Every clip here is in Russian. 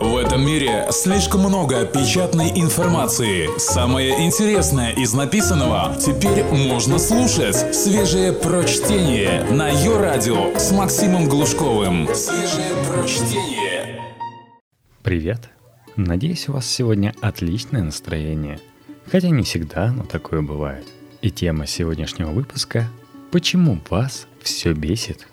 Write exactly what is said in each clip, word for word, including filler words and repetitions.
В этом мире слишком много печатной информации. Самое интересное из написанного теперь можно слушать. Свежее прочтение на Йо-Радио с Максимом Глушковым. Свежее прочтение. Привет. Надеюсь, у вас сегодня отличное настроение. Хотя не всегда, но такое бывает. И тема сегодняшнего выпуска – почему вас все бесит?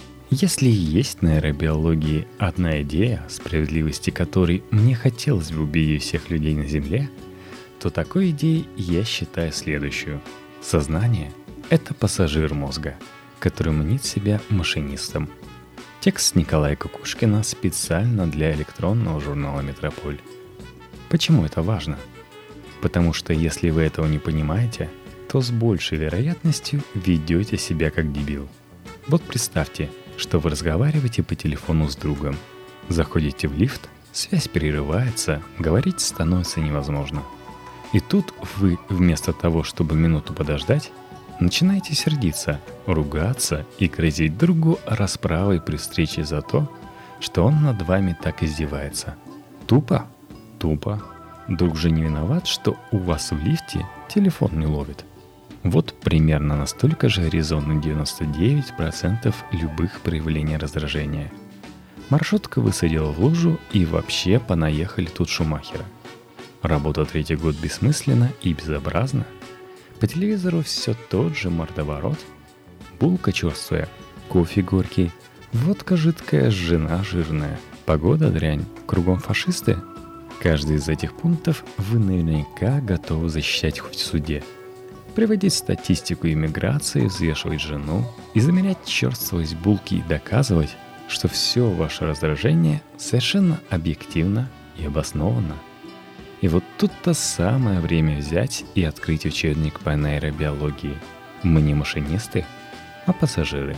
Если есть в нейробиологии одна идея, справедливости которой мне хотелось бы убедить всех людей на Земле, то такой идеей я считаю следующую. Сознание – это пассажир мозга, который мнит себя машинистом. Текст Николая Кукушкина специально для электронного журнала «Метрополь». Почему это важно? Потому что если вы этого не понимаете, то с большей вероятностью ведете себя как дебил. Вот представьте, что вы разговариваете по телефону с другом. Заходите в лифт, связь прерывается, говорить становится невозможно. И тут вы, вместо того, чтобы минуту подождать, начинаете сердиться, ругаться и грозить другу расправой при встрече за то, что он над вами так издевается. Тупо? Тупо. Друг же не виноват, что у вас в лифте телефон не ловит. Вот примерно настолько же резонно девяносто девять процентов любых проявлений раздражения. Маршрутка высадила в лужу и вообще понаехали тут Шумахера. Работа третий год бессмысленна и безобразна. По телевизору все тот же мордоворот. Булка черствая, кофе горький, водка жидкая, жена жирная, погода дрянь, кругом фашисты. Каждый из этих пунктов вы наверняка готовы защищать хоть в суде. Приводить статистику иммиграции, взвешивать жену и замерять черствость булки и доказывать, что все ваше раздражение совершенно объективно и обоснованно. И вот тут-то самое время взять и открыть учебник по нейробиологии. Мы не машинисты, а пассажиры.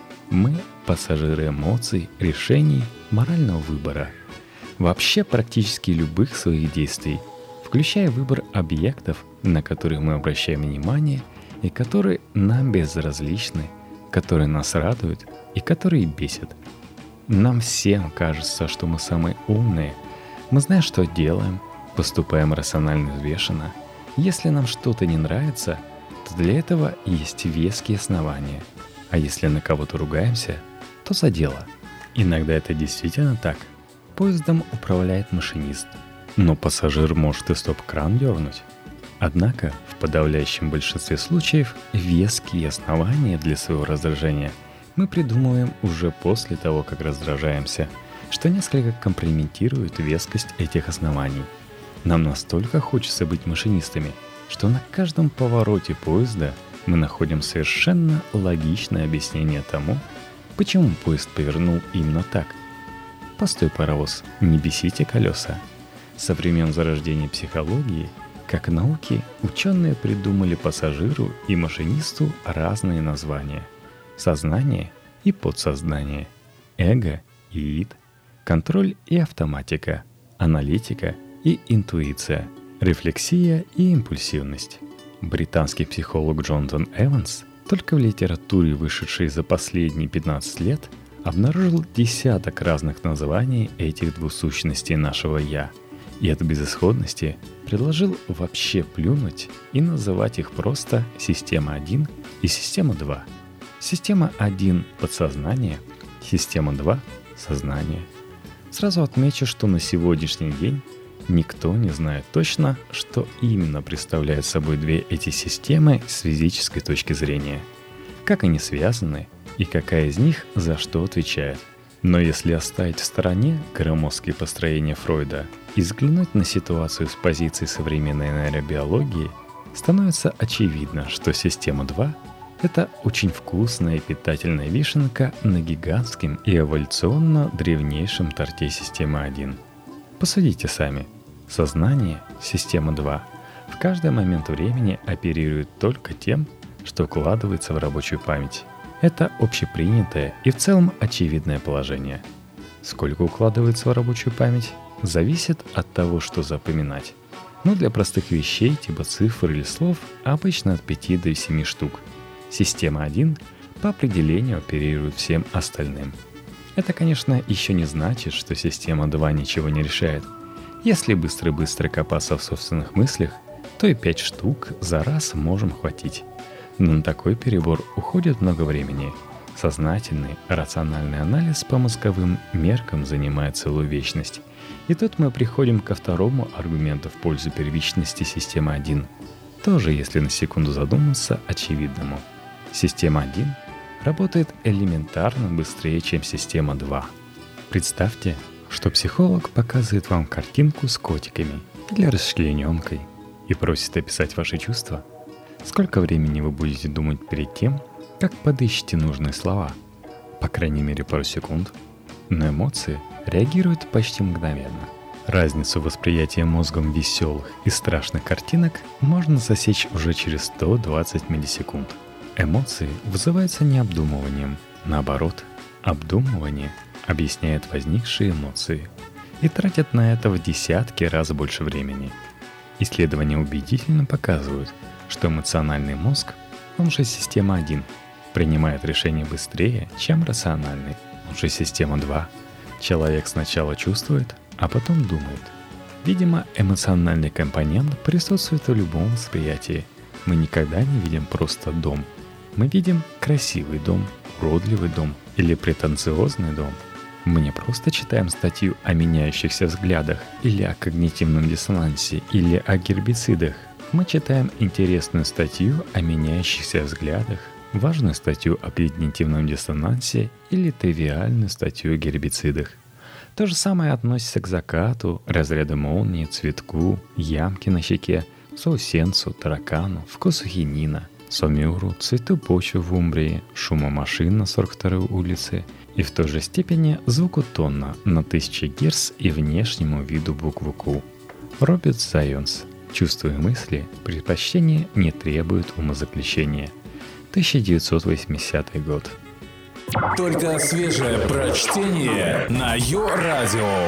Мы пассажиры эмоций, решений, морального выбора. Вообще практически любых своих действий, включая выбор объектов, на которые мы обращаем внимание и которые нам безразличны, которые нас радуют и которые бесят. Нам всем кажется, что мы самые умные. Мы знаем, что делаем, поступаем рационально взвешенно. Если нам что-то не нравится, то для этого есть веские основания. А если на кого-то ругаемся, то за дело. Иногда это действительно так. Поездом управляет машинист, но пассажир может и стоп-кран дернуть. Однако в подавляющем большинстве случаев веские основания для своего раздражения мы придумываем уже после того, как раздражаемся, что несколько компрометирует вескость этих оснований. Нам настолько хочется быть машинистами, что на каждом повороте поезда мы находим совершенно логичное объяснение тому, почему поезд повернул именно так. Постой, паровоз, не бесите колеса. Со времен зарождения психологии, как науки, ученые придумали пассажиру и машинисту разные названия. Сознание и подсознание, эго и ид, контроль и автоматика, аналитика и интуиция, рефлексия и импульсивность. Британский психолог Джонатан Эванс, только в литературе, вышедшей за последние пятнадцать лет, обнаружил десяток разных названий этих двух сущностей нашего «я», и от безысходности предложил вообще плюнуть и называть их просто «Система один» и «Система два». Система один – подсознание, система два – сознание. Сразу отмечу, что на сегодняшний день никто не знает точно, что именно представляют собой две эти системы с физической точки зрения, как они связаны и какая из них за что отвечает. Но если оставить в стороне громоздкие построения Фройда и взглянуть на ситуацию с позиции современной нейробиологии, становится очевидно, что система два – это очень вкусная и питательная вишенка на гигантском и эволюционно древнейшем торте системы один. Посудите сами. Сознание, система два, в каждый момент времени оперирует только тем, что укладывается в рабочую память. Это общепринятое и в целом очевидное положение. Сколько укладывается в рабочую память, зависит от того, что запоминать. Но для простых вещей типа цифр или слов обычно от пяти до семи штук. Система один по определению оперирует всем остальным. Это, конечно, еще не значит, что система два ничего не решает. Если быстро-быстро копаться в собственных мыслях, то и пять штук за раз можем хватить. Но на такой перебор уходит много времени. Сознательный, рациональный анализ по мозговым меркам занимает целую вечность. И тут мы приходим ко второму аргументу в пользу первичности системы один. Тоже, если на секунду задуматься, очевидному. Система один работает элементарно быстрее, чем система два. Представьте, что психолог показывает вам картинку с котиками или расчлененкой и просит описать ваши чувства. Сколько времени вы будете думать перед тем, как подыщете нужные слова? По крайней мере, пару секунд. Но эмоции реагируют почти мгновенно. Разницу восприятия мозгом веселых и страшных картинок можно засечь уже через сто двадцать миллисекунд. Эмоции вызываются не обдумыванием. Наоборот, обдумывание объясняет возникшие эмоции и тратит на это в десятки раз больше времени. Исследования убедительно показывают, что эмоциональный мозг, он же система один, принимает решения быстрее, чем рациональный, он же система два. Человек сначала чувствует, а потом думает. Видимо, эмоциональный компонент присутствует в любом восприятии. Мы никогда не видим просто дом. Мы видим красивый дом, уродливый дом или претенциозный дом. Мы не просто читаем статью о меняющихся взглядах или о когнитивном диссонансе или о гербицидах. Мы читаем интересную статью о меняющихся взглядах, важную статью о когнитивном диссонансе или тривиальную статью о гербицидах. То же самое относится к закату, разряду молнии, цветку, ямке на щеке, заусенцу, таракану, вкусу хинина, сомюру, цвету почвы в Умбрии, шуму машин на сорок второй улице и в той же степени звуку тонна на тысячи герц и внешнему виду буквы Q. Роберт Сайонс. Чувства и мысли предпочтения не требуют умозаключения. тысяча девятьсот восьмидесятый год. Только свежее прочтение на Йо-Радио.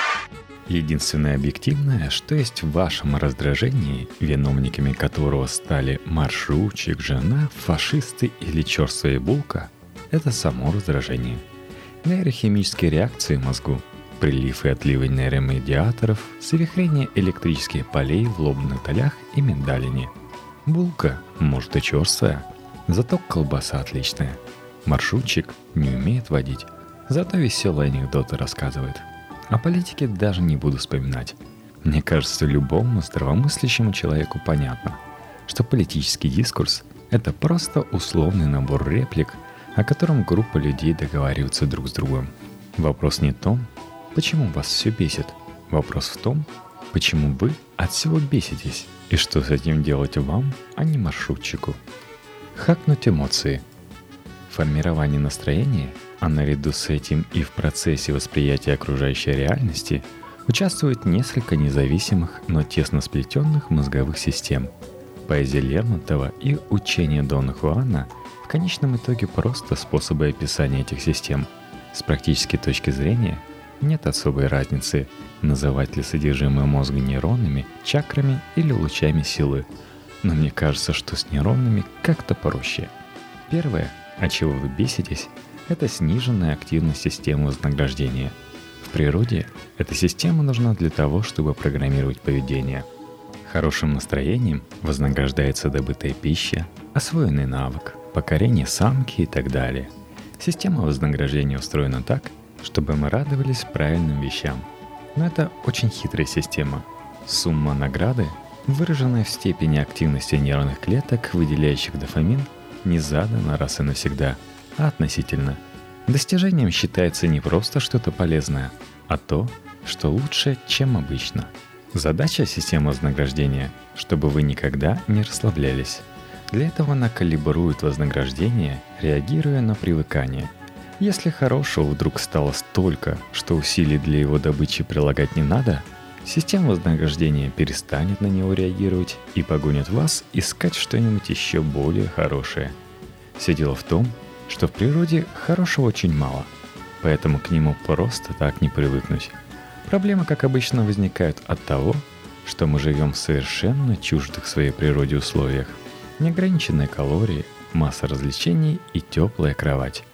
Единственное объективное, что есть в вашем раздражении, виновниками которого стали маршрутчик, жена, фашисты или черствая булка, это само раздражение. Нейрохимические реакции в мозгу, прилив и отлив нейромедиаторов, завихрение электрических полей в лобных долях и миндалине. Булка, может, и черствая, зато колбаса отличная. Маршрутчик не умеет водить, зато веселые анекдоты рассказывает. О политике даже не буду вспоминать. Мне кажется, любому здравомыслящему человеку понятно, что политический дискурс – это просто условный набор реплик, о котором группа людей договариваются друг с другом. Вопрос не в том, почему вас все бесит. Вопрос в том, почему вы от всего беситесь и что с этим делать вам, а не маршрутчику. Хакнуть эмоции. Формирование настроения, а наряду с этим и в процессе восприятия окружающей реальности участвуют несколько независимых, но тесно сплетенных мозговых систем. Поэзия Лермонтова и учение Дона Хуана в конечном итоге просто способы описания этих систем. С практической точки зрения нет особой разницы, называть ли содержимое мозга нейронами, чакрами или лучами силы. Но мне кажется, что с нейронами как-то проще. Первое, от чего вы беситесь, это сниженная активность системы вознаграждения. В природе эта система нужна для того, чтобы программировать поведение. Хорошим настроением вознаграждается добытая пища, освоенный навык, покорение самки и так далее. Система вознаграждения устроена так, чтобы мы радовались правильным вещам. Но это очень хитрая система. Сумма награды, выраженная в степени активности нервных клеток, выделяющих дофамин, не задана раз и навсегда, а относительно. Достижением считается не просто что-то полезное, а то, что лучше, чем обычно. Задача системы вознаграждения, чтобы вы никогда не расслаблялись. Для этого она калибрует вознаграждение, реагируя на привыкание. Если хорошего вдруг стало столько, что усилий для его добычи прилагать не надо, система вознаграждения перестанет на него реагировать и погонит вас искать что-нибудь еще более хорошее. Все дело в том, что в природе хорошего очень мало, поэтому к нему просто так не привыкнуть. Проблемы, как обычно, возникают от того, что мы живем в совершенно чуждых своей природе условиях. Неограниченные калории, масса развлечений и теплая кровать.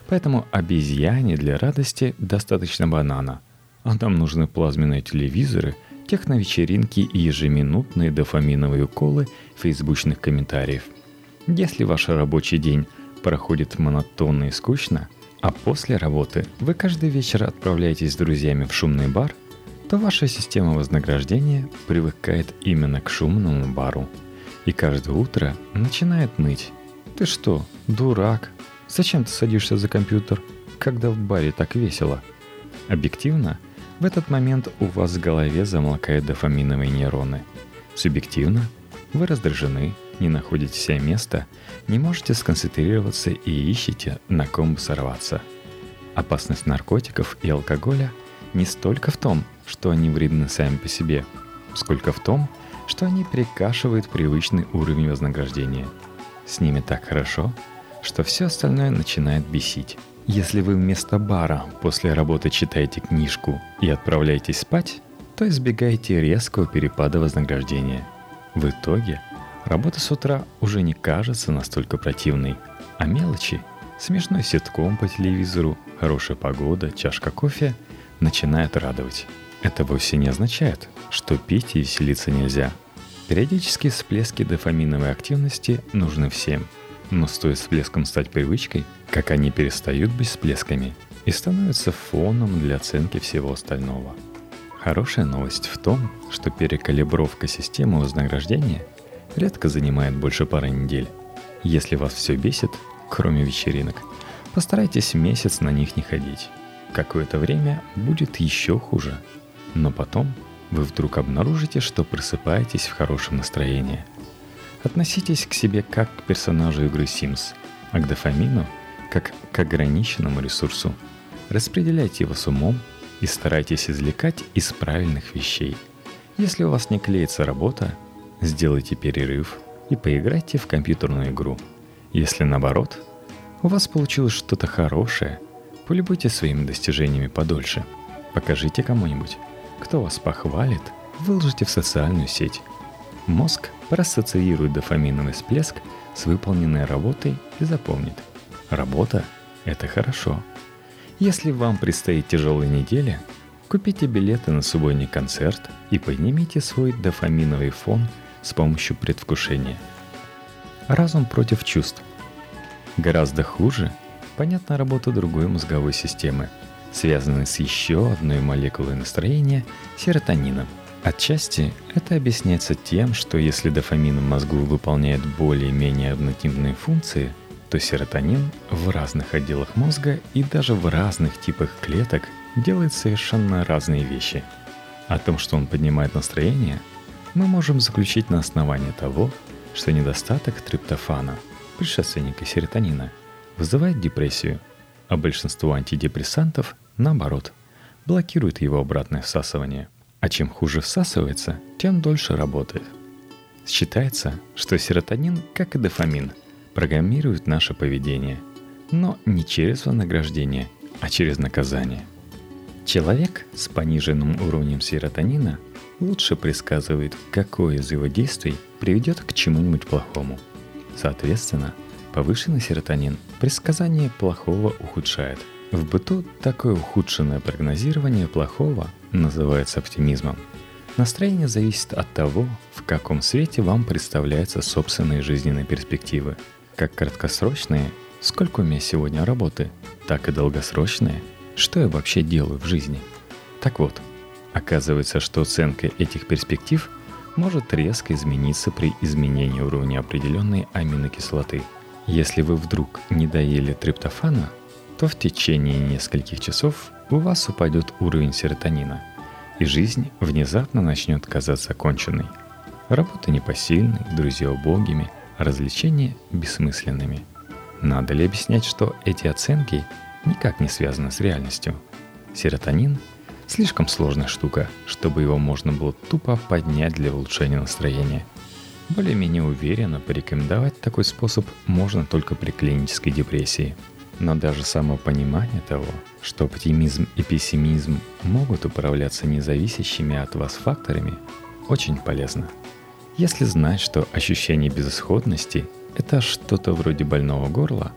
Поэтому обезьяне для радости достаточно банана, а нам нужны плазменные телевизоры, техновечеринки и ежеминутные дофаминовые уколы фейсбучных комментариев. Если ваш рабочий день проходит монотонно и скучно, а после работы вы каждый вечер отправляетесь с друзьями в шумный бар, то ваша система вознаграждения привыкает именно к шумному бару. И каждое утро начинает ныть. Ты что, дурак? Зачем ты садишься за компьютер, когда в баре так весело? Объективно, в этот момент у вас в голове замолкают дофаминовые нейроны. Субъективно, вы раздражены, не находите себе места, не можете сконцентрироваться и ищете, на ком бы сорваться. Опасность наркотиков и алкоголя не столько в том, что они вредны сами по себе, сколько в том, что они перекашивают привычный уровень вознаграждения. С ними так хорошо, что все остальное начинает бесить. Если вы вместо бара после работы читаете книжку и отправляетесь спать, то избегаете резкого перепада вознаграждения. В итоге работа с утра уже не кажется настолько противной, а мелочи – смешной ситком по телевизору, хорошая погода, чашка кофе – начинают радовать. Это вовсе не означает, что пить и веселиться нельзя. Периодические всплески дофаминовой активности нужны всем. Но стоит всплеском стать привычкой, как они перестают быть всплесками и становятся фоном для оценки всего остального. Хорошая новость в том, что перекалибровка системы вознаграждения редко занимает больше пары недель. Если вас все бесит, кроме вечеринок, постарайтесь месяц на них не ходить. Какое-то время будет еще хуже, но потом вы вдруг обнаружите, что просыпаетесь в хорошем настроении. Относитесь к себе как к персонажу игры Sims, а к дофамину как к ограниченному ресурсу. Распределяйте его с умом и старайтесь извлекать из правильных вещей. Если у вас не клеится работа, сделайте перерыв и поиграйте в компьютерную игру. Если наоборот, у вас получилось что-то хорошее, полюбуйте своими достижениями подольше. Покажите кому-нибудь. Кто вас похвалит, выложите в социальную сеть. Мозг проассоциирует дофаминовый всплеск с выполненной работой и запомнит. Работа – это хорошо. Если вам предстоит тяжелая неделя, купите билеты на субботний концерт и поднимите свой дофаминовый фон с помощью предвкушения. Разум против чувств. Гораздо хуже понятна работа другой мозговой системы, связанной с еще одной молекулой настроения – серотонином. Отчасти это объясняется тем, что если дофамин в мозгу выполняет более-менее однотипные функции, то серотонин в разных отделах мозга и даже в разных типах клеток делает совершенно разные вещи. О том, что он поднимает настроение, мы можем заключить на основании того, что недостаток триптофана, предшественника серотонина, вызывает депрессию, а большинство антидепрессантов, наоборот, блокируют его обратное всасывание. А чем хуже всасывается, тем дольше работает. Считается, что серотонин, как и дофамин, программирует наше поведение, но не через вознаграждение, а через наказание. Человек с пониженным уровнем серотонина лучше предсказывает, какое из его действий приведет к чему-нибудь плохому. Соответственно, повышенный серотонин предсказание плохого ухудшает. В быту такое ухудшенное прогнозирование плохого называется оптимизмом. Настроение зависит от того, в каком свете вам представляются собственные жизненные перспективы. Как краткосрочные, сколько у меня сегодня работы, так и долгосрочные, что я вообще делаю в жизни. Так вот, оказывается, что оценка этих перспектив может резко измениться при изменении уровня определенной аминокислоты. Если вы вдруг не доели триптофана, то в течение нескольких часов у вас упадет уровень серотонина, и жизнь внезапно начнет казаться конченной. Работа непосильной, друзья убогими, а развлечения бессмысленными. Надо ли объяснять, что эти оценки никак не связаны с реальностью? Серотонин – слишком сложная штука, чтобы его можно было тупо поднять для улучшения настроения. Более-менее уверенно порекомендовать такой способ можно только при клинической депрессии. Но даже само понимание того, что оптимизм и пессимизм могут управляться независящими от вас факторами, очень полезно. Если знать, что ощущение безысходности – это что-то вроде больного горла,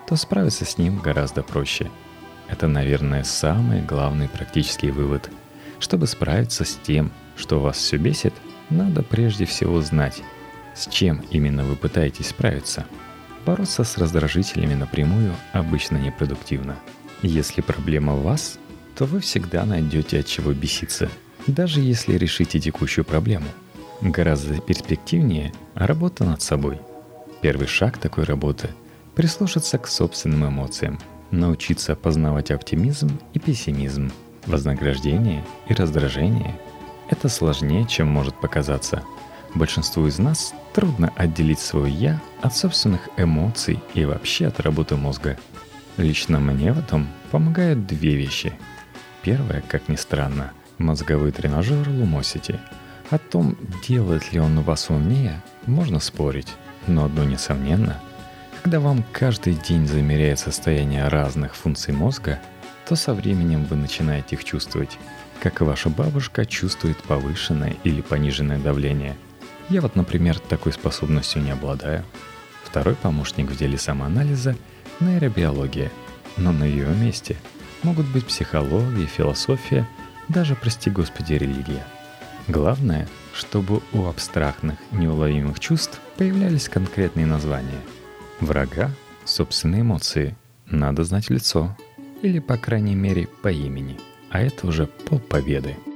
то справиться с ним гораздо проще. Это, наверное, самый главный практический вывод. Чтобы справиться с тем, что вас все бесит, надо прежде всего знать, с чем именно вы пытаетесь справиться. Бороться с раздражителями напрямую обычно непродуктивно. Если проблема в вас, то вы всегда найдете от чего беситься, даже если решите текущую проблему. Гораздо перспективнее работа над собой. Первый шаг такой работы – прислушаться к собственным эмоциям, научиться опознавать оптимизм и пессимизм, вознаграждение и раздражение. Это сложнее, чем может показаться. Большинству из нас трудно отделить свое «я» от собственных эмоций и вообще от работы мозга. Лично мне в этом помогают две вещи. Первое, как ни странно, мозговой тренажер Lumosity. О том, делает ли он вас умнее, можно спорить, но одно несомненно. Когда вам каждый день замеряет состояние разных функций мозга, то со временем вы начинаете их чувствовать, как и ваша бабушка чувствует повышенное или пониженное давление. Я вот, например, такой способностью не обладаю. Второй помощник в деле самоанализа – нейробиология, но на ее месте могут быть психология, философия, даже, прости господи, религия. Главное, чтобы у абстрактных, неуловимых чувств появлялись конкретные названия. Врага – собственные эмоции, надо знать в лицо, или, по крайней мере, по имени, а это уже полпобеды.